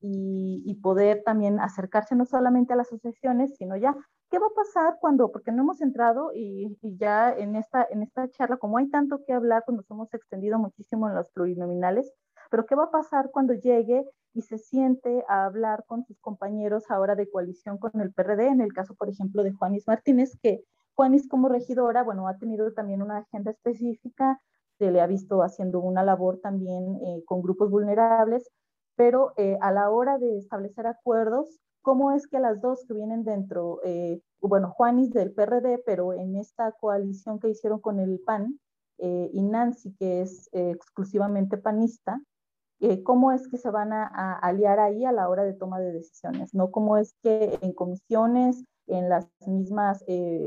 y poder también acercarse no solamente a las asociaciones, sino ya ¿qué va a pasar cuando, porque no hemos entrado y ya en esta charla, como hay tanto que hablar, pues nos hemos extendido muchísimo en los plurinominales, pero qué va a pasar cuando llegue y se siente a hablar con sus compañeros ahora de coalición con el PRD, en el caso, por ejemplo, de Juanis Martínez, que Juanis como regidora, bueno, ha tenido también una agenda específica, se le ha visto haciendo una labor también con grupos vulnerables, pero a la hora de establecer acuerdos, cómo es que las dos que vienen dentro, bueno, Juanis del PRD, pero en esta coalición que hicieron con el PAN, y Nancy, que es exclusivamente panista, cómo es que se van a aliar ahí a la hora de toma de decisiones, ¿no? Cómo es que en comisiones, en las mismas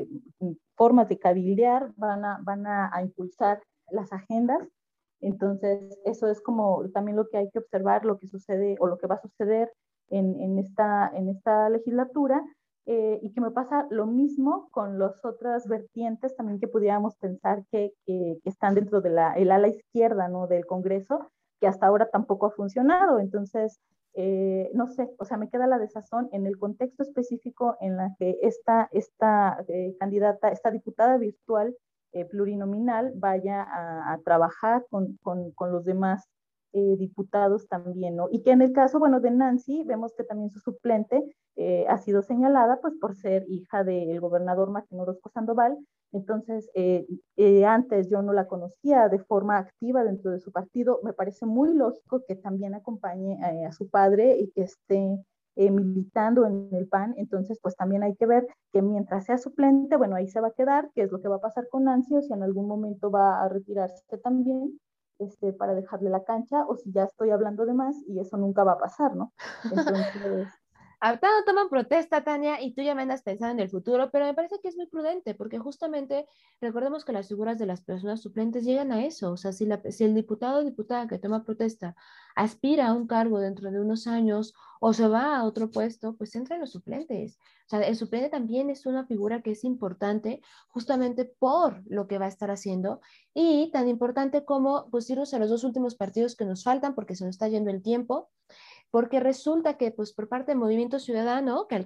formas de cabildear, van a impulsar las agendas. Entonces, eso es como también lo que hay que observar, lo que sucede o lo que va a suceder en esta legislatura, y que me pasa lo mismo con las otras vertientes también que pudiéramos pensar que están dentro de el ala izquierda, ¿no? Del Congreso, que hasta ahora tampoco ha funcionado. Entonces, no sé, o sea, me queda la desazón en el contexto específico en la que esta candidata, esta diputada virtual plurinominal vaya a trabajar con los demás diputados también, ¿no? Y que en el caso, bueno, de Nancy, vemos que también su suplente ha sido señalada pues por ser hija del gobernador Martín Orozco Sandoval. Entonces, antes yo no la conocía de forma activa dentro de su partido. Me parece muy lógico que también acompañe a su padre y que esté militando en el PAN. Entonces, pues también hay que ver que mientras sea suplente, bueno, ahí se va a quedar, qué es lo que va a pasar con Nancy, o si en algún momento va a retirarse también para dejarle la cancha, o si ya estoy hablando de más y eso nunca va a pasar, ¿no? Entonces... Ahorita no toman protesta, Tania, y tú ya me andas pensando en el futuro, pero me parece que es muy prudente, porque justamente recordemos que las figuras de las personas suplentes llegan a eso. O sea, si el diputado o diputada que toma protesta aspira a un cargo dentro de unos años o se va a otro puesto, pues entran los suplentes. O sea, el suplente también es una figura que es importante justamente por lo que va a estar haciendo y tan importante como pues irnos a los dos últimos partidos que nos faltan porque se nos está yendo el tiempo, porque resulta que pues por parte del Movimiento Ciudadano, que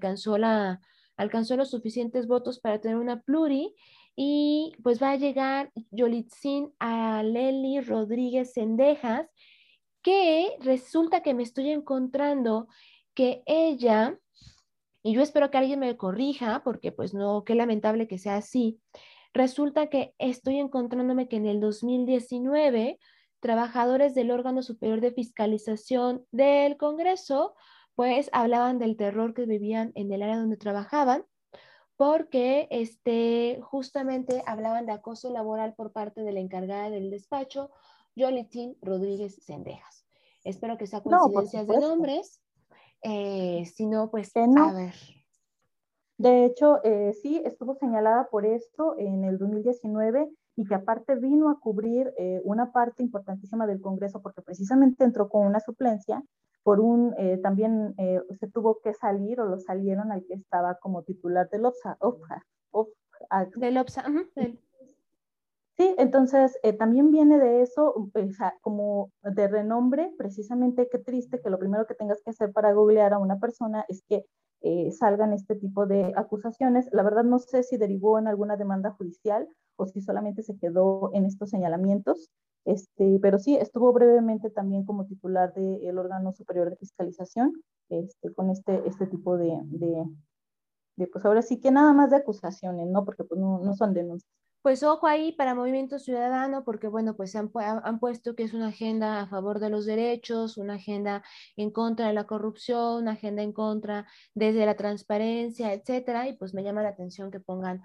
alcanzó los suficientes votos para tener una pluri, y pues va a llegar Yolitzin a Leli Rodríguez Sendejas, que resulta que me estoy encontrando que ella y yo espero que alguien me corrija, porque pues no, qué lamentable que sea así. Resulta que estoy encontrándome que en el 2019 trabajadores del órgano superior de fiscalización del Congreso pues hablaban del terror que vivían en el área donde trabajaban, porque justamente hablaban de acoso laboral por parte de la encargada del despacho, Yolitzin Rodríguez Cendejas. Espero que sea No, por coincidencias de supuesto. nombres, si no, pues Que a no. ver. De hecho, sí, estuvo señalada por esto en el 2019 y que aparte vino a cubrir una parte importantísima del Congreso porque precisamente entró con una suplencia por también se tuvo que salir o lo salieron al que estaba como titular del OPJA. Del OPSA, Sí, entonces también viene de eso, o sea, como de renombre, precisamente qué triste que lo primero que tengas que hacer para googlear a una persona es que salgan este tipo de acusaciones. La verdad no sé si derivó en alguna demanda judicial o si solamente se quedó en estos señalamientos, pero sí, estuvo brevemente también como titular del órgano superior de fiscalización, con este tipo pues ahora sí que nada más de acusaciones, ¿no? Porque pues no son denuncias. Pues ojo ahí para Movimiento Ciudadano, porque bueno, pues han puesto que es una agenda a favor de los derechos, una agenda en contra de la corrupción, una agenda en contra desde la transparencia, etcétera, y pues me llama la atención que pongan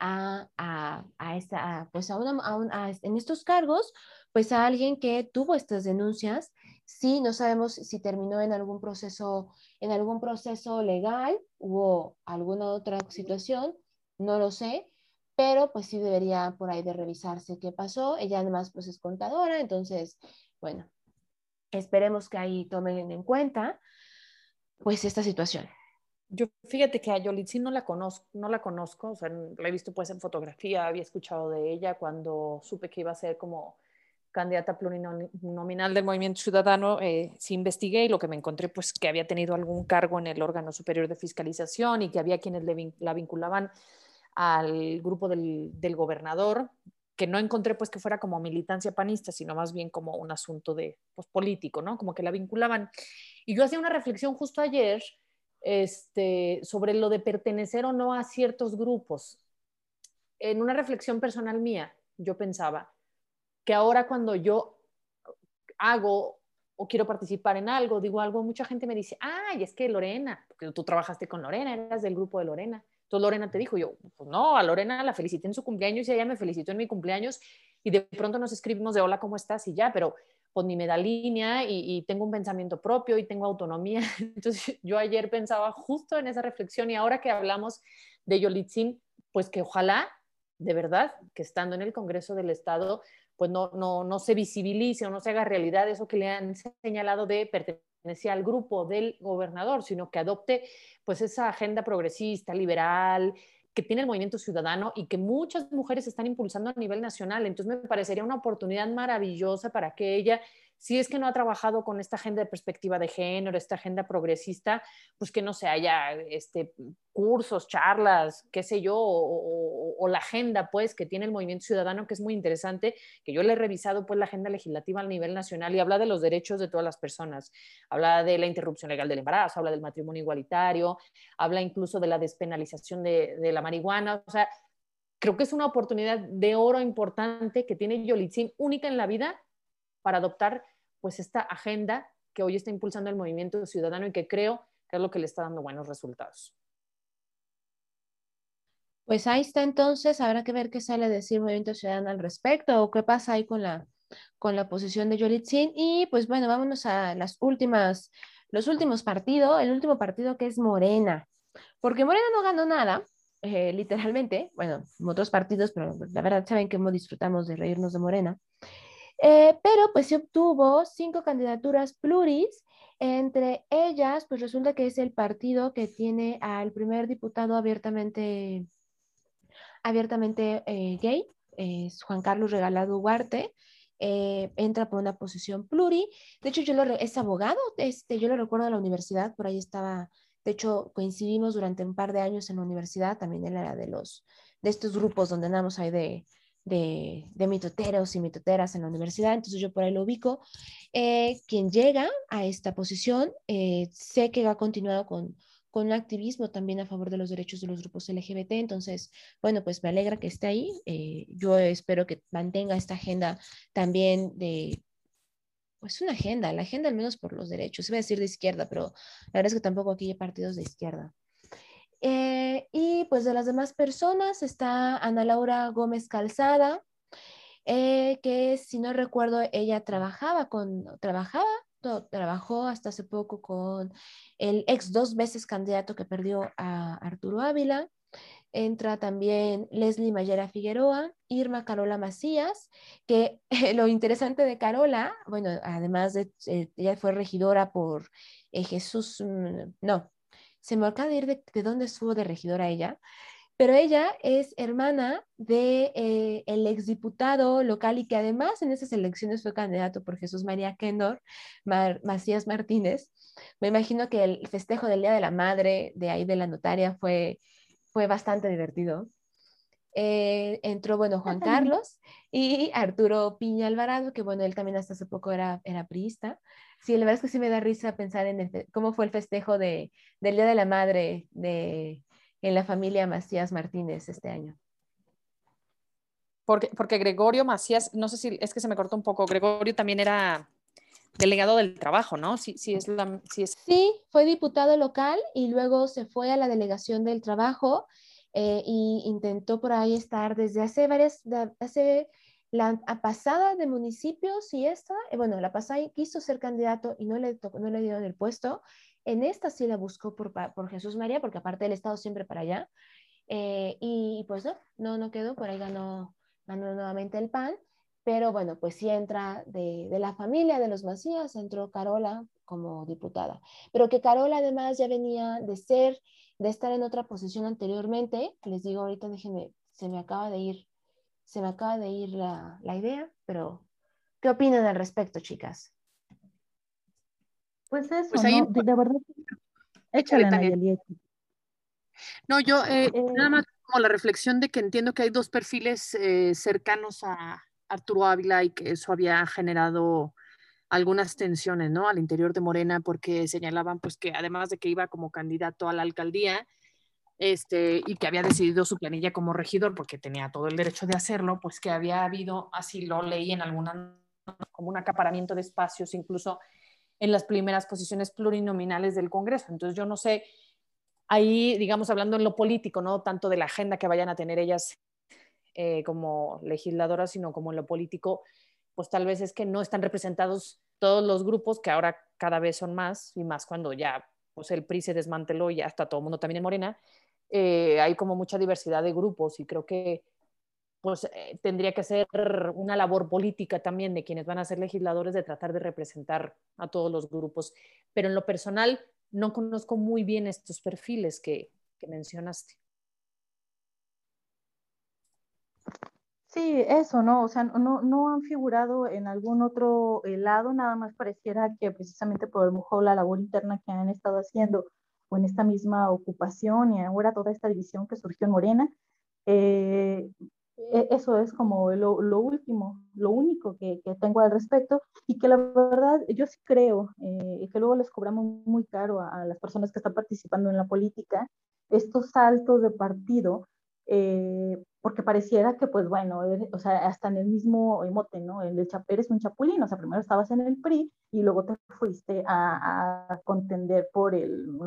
en estos cargos, pues a alguien que tuvo estas denuncias. Sí, no sabemos si terminó en algún proceso legal, hubo alguna otra situación, no lo sé, pero pues sí debería por ahí de revisarse qué pasó. Ella además pues es contadora, entonces, bueno, esperemos que ahí tomen en cuenta pues esta situación. Yo fíjate que a Yolitzin no la conozco, o sea, la he visto pues en fotografía, había escuchado de ella cuando supe que iba a ser como candidata plurinominal del Movimiento Ciudadano, sí investigué y lo que me encontré pues que había tenido algún cargo en el órgano superior de fiscalización y que había quienes la vinculaban al grupo del gobernador, que no encontré pues que fuera como militancia panista, sino más bien como un asunto de pues, político, ¿no? Como que la vinculaban. Y yo hacía una reflexión justo ayer sobre lo de pertenecer o no a ciertos grupos. En una reflexión personal mía, yo pensaba que ahora cuando yo hago o quiero participar en algo, digo algo, mucha gente me dice, ay, es que Lorena, porque tú trabajaste con Lorena, eras del grupo de Lorena. Entonces Lorena te dijo, yo, pues no, a Lorena la felicité en su cumpleaños y ella me felicitó en mi cumpleaños y de pronto nos escribimos de hola, ¿cómo estás? Y ya, pero pues ni me da línea y tengo un pensamiento propio y tengo autonomía. Entonces yo ayer pensaba justo en esa reflexión y ahora que hablamos de Yolitzin, pues que ojalá, de verdad, que estando en el Congreso del Estado, pues no se visibilice o no se haga realidad eso que le han señalado de pertenecer al grupo del gobernador, sino que adopte pues esa agenda progresista, liberal, que tiene el Movimiento Ciudadano y que muchas mujeres están impulsando a nivel nacional. Entonces me parecería una oportunidad maravillosa para que ella, si es que no ha trabajado con esta agenda de perspectiva de género, esta agenda progresista, pues que no se haya cursos, charlas, qué sé yo, o la agenda pues que tiene el Movimiento Ciudadano, que es muy interesante, que yo le he revisado pues la agenda legislativa a nivel nacional y habla de los derechos de todas las personas, habla de la interrupción legal del embarazo, habla del matrimonio igualitario, habla incluso de la despenalización de la marihuana, o sea, creo que es una oportunidad de oro importante que tiene Yolitzin, única en la vida, para adoptar pues esta agenda que hoy está impulsando el Movimiento Ciudadano y que creo que es lo que le está dando buenos resultados. Pues ahí está entonces, habrá que ver qué sale a decir Movimiento Ciudadano al respecto o qué pasa ahí con la posición de Yolitzin. Y pues bueno, vámonos a los últimos partidos, el último partido que es Morena, porque Morena no ganó nada, literalmente, bueno, otros partidos, pero la verdad saben que no disfrutamos de reírnos de Morena. Pero pues se obtuvo 5 candidaturas pluris. Entre ellas, pues resulta que es el partido que tiene al primer diputado abiertamente gay, es Juan Carlos Regalado Ugarte. Entra por una posición pluri. De hecho, es abogado, yo lo recuerdo de la universidad, por ahí estaba. De hecho, coincidimos durante un par de años en la universidad, también él era de estos grupos donde andamos ahí de mitoteros y mitoteras en la universidad, entonces yo por ahí lo ubico. Quien llega a esta posición, sé que ha continuado con con un activismo también a favor de los derechos de los grupos LGBT. Entonces, bueno, pues me alegra que esté ahí. Yo espero que mantenga esta agenda también de, pues una agenda, la agenda al menos por los derechos. Iba a decir de izquierda, pero la verdad es que tampoco aquí hay partidos de izquierda. Y pues de las demás personas está Ana Laura Gómez Calzada, que si no recuerdo, ella trabajó hasta hace poco con el ex 2 veces candidato que perdió a Arturo Ávila. Entra también Leslie Mayera Figueroa, Irma Carola Macías, que lo interesante de Carola, bueno, además de, ella fue regidora por Jesús, no, se me acaba de ir de dónde estuvo de regidora ella, pero ella es hermana de el exdiputado local y que además en esas elecciones fue candidato por Jesús María Kendor, Macías Martínez. Me imagino que el festejo del Día de la Madre de ahí de la notaria fue bastante divertido. Entró, bueno, Juan Carlos y Arturo Piña Alvarado, que bueno, él también hasta hace poco era priista. Sí, la verdad es que sí me da risa pensar en cómo fue el festejo del Día de la Madre en la familia Macías Martínez este año. Porque Gregorio Macías, no sé si es que se me cortó un poco, Gregorio también era delegado del trabajo, ¿no? Sí, Sí, fue diputado local y luego se fue a la delegación del trabajo y intentó por ahí estar desde hace la pasada de municipios y esta, bueno, la pasada quiso ser candidato y no le dieron el puesto. En esta sí la buscó por Jesús María, porque aparte él ha estado siempre para allá. Y pues no quedó, por ahí ganó nuevamente el PAN, pero bueno, pues sí entra de la familia de los Macías, entró Carola como diputada, pero que Carola además ya venía de estar en otra posición anteriormente. Les digo ahorita, déjenme, se me acaba de ir la idea, pero ¿qué opinan al respecto, chicas? Pues eso, Pues ahí, ¿no? De verdad, échale, échale, Tania. Nayeli. No, yo nada Eh, más como la reflexión de que entiendo que hay dos perfiles cercanos a Arturo Ávila y que eso había generado algunas tensiones, ¿no? Al interior de Morena, porque señalaban pues que además de que iba como candidato a la alcaldía, y que había decidido su planilla como regidor porque tenía todo el derecho de hacerlo, pues que había habido, así lo leí en alguna, como un acaparamiento de espacios, incluso en las primeras posiciones plurinominales del Congreso. Entonces yo no sé, ahí, digamos, hablando en lo político, no tanto de la agenda que vayan a tener ellas como legisladoras, sino como en lo político, pues tal vez es que no están representados todos los grupos, que ahora cada vez son más, y más cuando ya pues el PRI se desmanteló y ya está todo el mundo también en Morena. Hay como mucha diversidad de grupos y creo que pues tendría que ser una labor política también de quienes van a ser legisladores de tratar de representar a todos los grupos. Pero en lo personal no conozco muy bien estos perfiles que mencionaste. sí, eso, ¿no? O sea, no han figurado en algún otro lado, nada más pareciera que precisamente por a lo mejor la labor interna que han estado haciendo o en esta misma ocupación y ahora toda esta división que surgió en Morena, eh, eso es como lo último, lo único que tengo al respecto y que la verdad yo sí creo que luego les cobramos muy caro a las personas que están participando en la política estos saltos de partido, porque pareciera que, pues bueno, o sea, hasta en el mismo mote, ¿no? Eres un chapulín, o sea, primero estabas en el PRI y luego te fuiste a contender por el,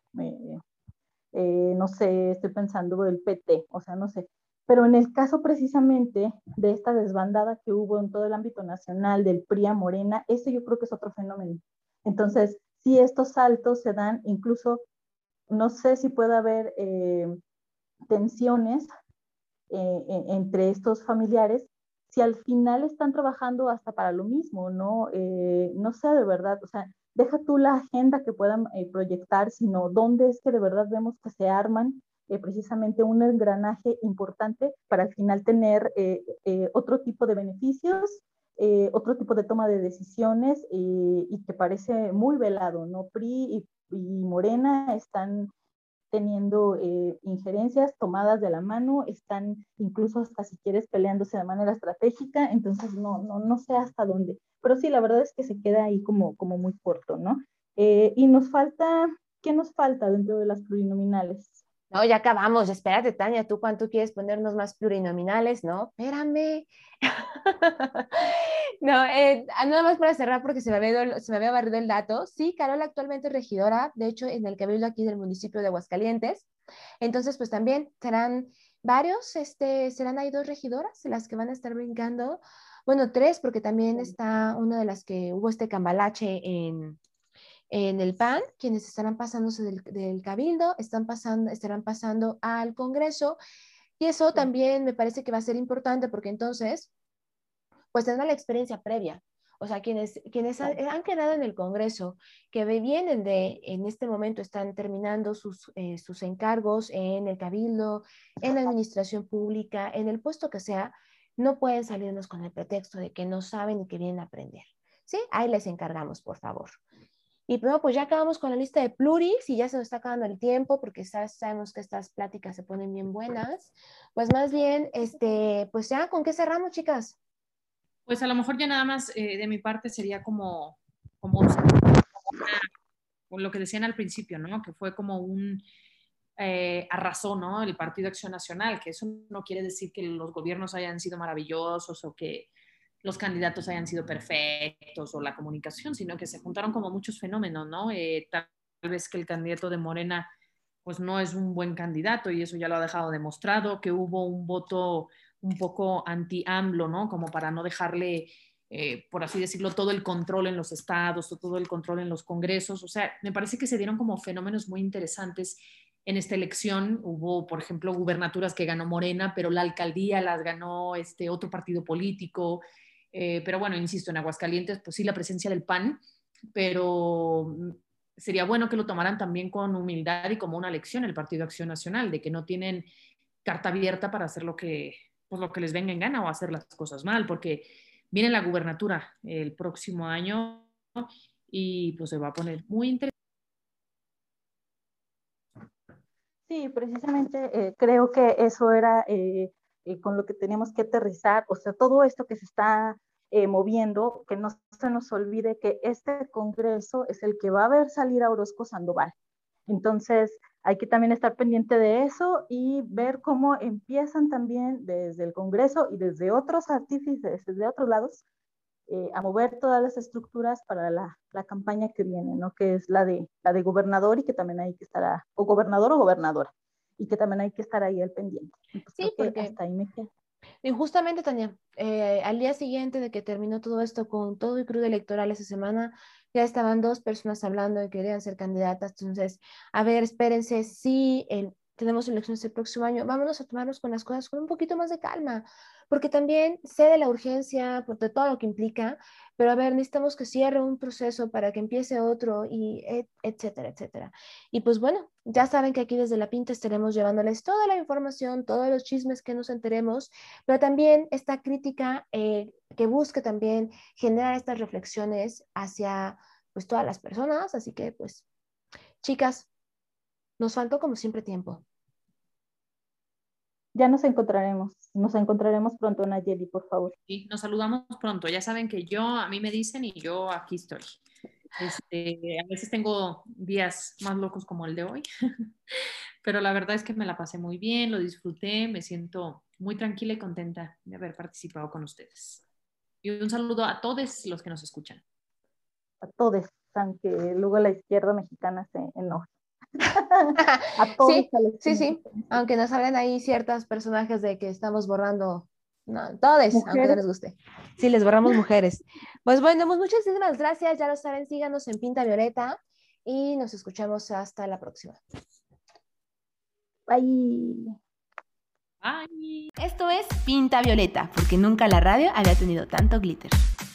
no sé, estoy pensando el PT, o sea, no sé. Pero en el caso precisamente de esta desbandada que hubo en todo el ámbito nacional del PRI a Morena, ese yo creo que es otro fenómeno. Entonces, si estos saltos se dan, incluso, no sé si puede haber tensiones entre estos familiares, si al final están trabajando hasta para lo mismo, ¿no? No sé de verdad, o sea, deja tú la agenda que puedan proyectar, sino dónde es que de verdad vemos que se arman precisamente un engranaje importante para al final tener otro tipo de beneficios, otro tipo de toma de decisiones y que parece muy velado, ¿no? PRI y Morena están teniendo injerencias tomadas de la mano, están incluso hasta si quieres peleándose de manera estratégica, entonces no sé hasta dónde, pero sí, la verdad es que se queda ahí como muy corto, ¿no? Y nos falta ¿qué nos falta dentro de las plurinominales? No, ya acabamos. Espérate, Tania, ¿tú cuánto quieres ponernos más plurinominales? No, espérame. No, nada más para cerrar porque se me había barrido el dato. Sí, Carola actualmente es regidora, de hecho, en el cabildo aquí del municipio de Aguascalientes. Entonces, pues también serán varios, serán ahí 2 regidoras las que van a estar brincando. Bueno, 3, porque también está una de las que hubo este cambalache en el PAN, quienes estarán pasándose del cabildo, estarán pasando al Congreso, y eso también me parece que va a ser importante porque entonces, pues tendrán la experiencia previa. O sea, quienes han quedado en el Congreso, que vienen en este momento están terminando sus encargos en el cabildo, en la administración pública, en el puesto que sea, no pueden salirnos con el pretexto de que no saben y que vienen a aprender. ¿Sí? Ahí les encargamos, por favor. Y bueno, pues ya acabamos con la lista de pluris y ya se nos está acabando el tiempo porque sabemos que estas pláticas se ponen bien buenas. Pues más bien, pues ya, ¿con qué cerramos, chicas? Pues a lo mejor ya nada más de mi parte sería como lo que decían al principio, ¿no? Que fue como arrasó, ¿no? El Partido Acción Nacional, que eso no quiere decir que los gobiernos hayan sido maravillosos o que los candidatos hayan sido perfectos o la comunicación, sino que se juntaron como muchos fenómenos, ¿no? Tal vez que el candidato de Morena pues no es un buen candidato y eso ya lo ha dejado demostrado, que hubo un voto un poco anti-AMLO, ¿no? Como para no dejarle, por así decirlo, todo el control en los estados o todo el control en los congresos. O sea, me parece que se dieron como fenómenos muy interesantes en esta elección. Hubo, por ejemplo, gubernaturas que ganó Morena, pero la alcaldía las ganó otro partido político. Pero bueno, insisto, en Aguascalientes, pues sí, la presencia del PAN, pero sería bueno que lo tomaran también con humildad y como una lección el Partido Acción Nacional, de que no tienen carta abierta para hacer pues lo que les venga en gana o hacer las cosas mal, porque viene la gubernatura el próximo año y pues se va a poner muy interesante. Sí, precisamente creo que eso era con lo que teníamos que aterrizar, o sea, todo esto que se está moviendo, que no se nos olvide que este Congreso es el que va a ver salir a Orozco Sandoval. Entonces, hay que también estar pendiente de eso y ver cómo empiezan también desde el Congreso y desde otros artífices, desde otros lados, a mover todas las estructuras para la campaña que viene, ¿no? Que es la de gobernador y que también hay que estar, o gobernador o gobernadora, y que también hay que estar ahí al pendiente. Pues sí, porque hasta ahí me quedo. Y justamente, Tania, al día siguiente de que terminó todo esto con todo el crudo electoral esa semana, ya estaban 2 personas hablando de que querían ser candidatas. Entonces, a ver, espérense, sí, tenemos elecciones el próximo año, vámonos a tomarnos con las cosas con un poquito más de calma, porque también sé de la urgencia, de todo lo que implica, pero a ver, necesitamos que cierre un proceso para que empiece otro, y etcétera, etcétera. Y pues bueno, ya saben que aquí desde La Pinta estaremos llevándoles toda la información, todos los chismes que nos enteremos, pero también esta crítica que busque también generar estas reflexiones hacia pues todas las personas. Así que pues, chicas, nos faltó como siempre tiempo. Ya nos encontraremos pronto, Nayeli, por favor. Sí, nos saludamos pronto. Ya saben que a mí me dicen y yo aquí estoy. A veces tengo días más locos como el de hoy, pero la verdad es que me la pasé muy bien, lo disfruté, me siento muy tranquila y contenta de haber participado con ustedes. Y un saludo a todos los que nos escuchan. A todos, aunque luego la izquierda mexicana se enoja. A todos. Sí, aunque nos hablen ahí ciertos personajes de que estamos borrando, no, todos, aunque no les guste. Sí, les borramos mujeres. Pues bueno, muchísimas gracias, ya lo saben, síganos en Pinta Violeta y nos escuchamos hasta la próxima. Bye. Bye. Esto es Pinta Violeta, porque nunca la radio había tenido tanto glitter.